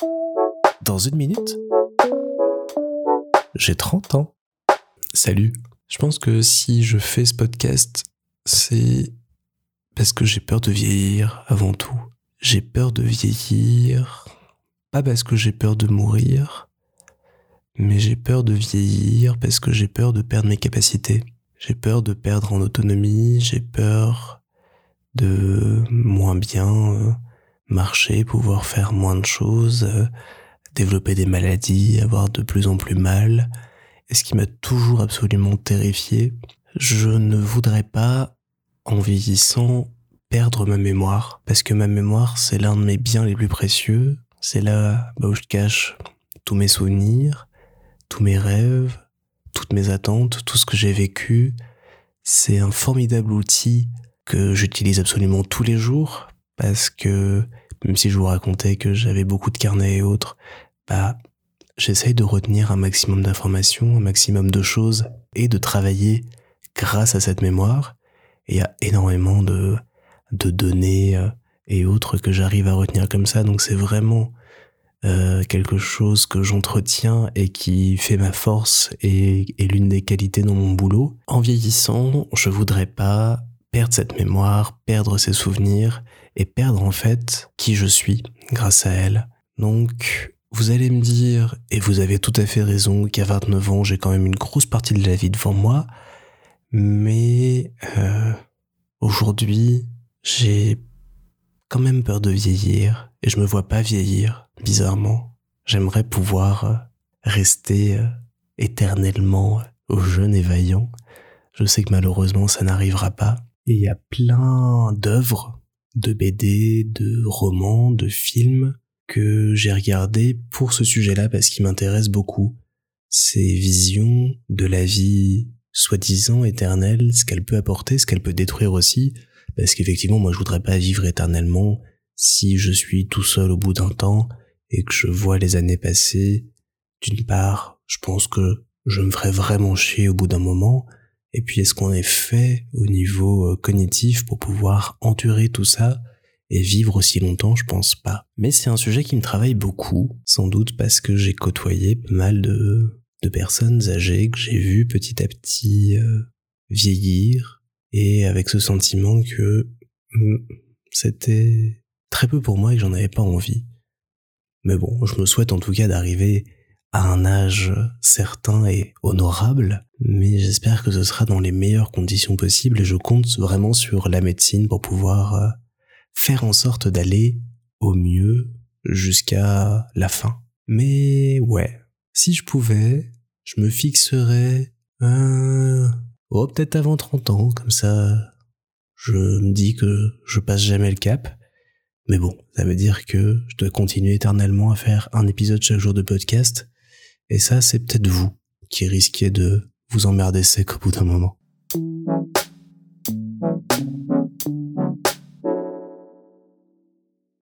Dans une minute, j'ai 30 ans. Salut. Je pense que si je fais ce podcast, c'est parce que j'ai peur de vieillir avant tout. J'ai peur de vieillir, pas parce que j'ai peur de mourir, mais j'ai peur de vieillir parce que j'ai peur de perdre mes capacités. J'ai peur de perdre en autonomie, j'ai peur de moins bien marcher, pouvoir faire moins de choses, développer des maladies, avoir de plus en plus mal. Et ce qui m'a toujours absolument terrifié, je ne voudrais pas, en vieillissant, perdre ma mémoire. Parce que ma mémoire, c'est l'un de mes biens les plus précieux. C'est là où je cache tous mes souvenirs, tous mes rêves, toutes mes attentes, tout ce que j'ai vécu. C'est un formidable outil que j'utilise absolument tous les jours. Parce que, même si je vous racontais que j'avais beaucoup de carnets et autres, j'essaye de retenir un maximum d'informations, un maximum de choses et de travailler grâce à cette mémoire. Et il y a énormément de données et autres que j'arrive à retenir comme ça. Donc c'est vraiment quelque chose que j'entretiens et qui fait ma force et l'une des qualités dans mon boulot. En vieillissant, je voudrais pas perdre cette mémoire, perdre ces souvenirs et perdre en fait qui je suis grâce à elle. Donc vous allez me dire, et vous avez tout à fait raison, qu'à 29 ans, j'ai quand même une grosse partie de la vie devant moi, mais aujourd'hui, j'ai quand même peur de vieillir, et je me vois pas vieillir, bizarrement. J'aimerais pouvoir rester éternellement jeune et vaillant. Je sais que malheureusement, ça n'arrivera pas. Et il y a plein d'œuvres, de BD, de romans, de films, que j'ai regardé pour ce sujet-là parce qu'il m'intéresse beaucoup. Ces visions de la vie soi-disant éternelle, ce qu'elle peut apporter, ce qu'elle peut détruire aussi, parce qu'effectivement, moi je voudrais pas vivre éternellement si je suis tout seul au bout d'un temps et que je vois les années passer. D'une part, je pense que je me ferais vraiment chier au bout d'un moment, et puis est-ce qu'on est fait au niveau cognitif pour pouvoir endurer tout ça et vivre aussi longtemps, je pense pas. Mais c'est un sujet qui me travaille beaucoup, sans doute parce que j'ai côtoyé pas mal de personnes âgées que j'ai vues petit à petit vieillir, et avec ce sentiment que c'était très peu pour moi et que j'en avais pas envie. Mais bon, je me souhaite en tout cas d'arriver à un âge certain et honorable, mais j'espère que ce sera dans les meilleures conditions possibles et je compte vraiment sur la médecine pour pouvoir faire en sorte d'aller au mieux jusqu'à la fin. Mais ouais, si je pouvais, je me fixerais peut-être avant 30 ans, comme ça je me dis que je passe jamais le cap. Mais bon, ça veut dire que je dois continuer éternellement à faire un épisode chaque jour de podcast, et ça c'est peut-être vous qui risquez de vous emmerder sec au bout d'un moment.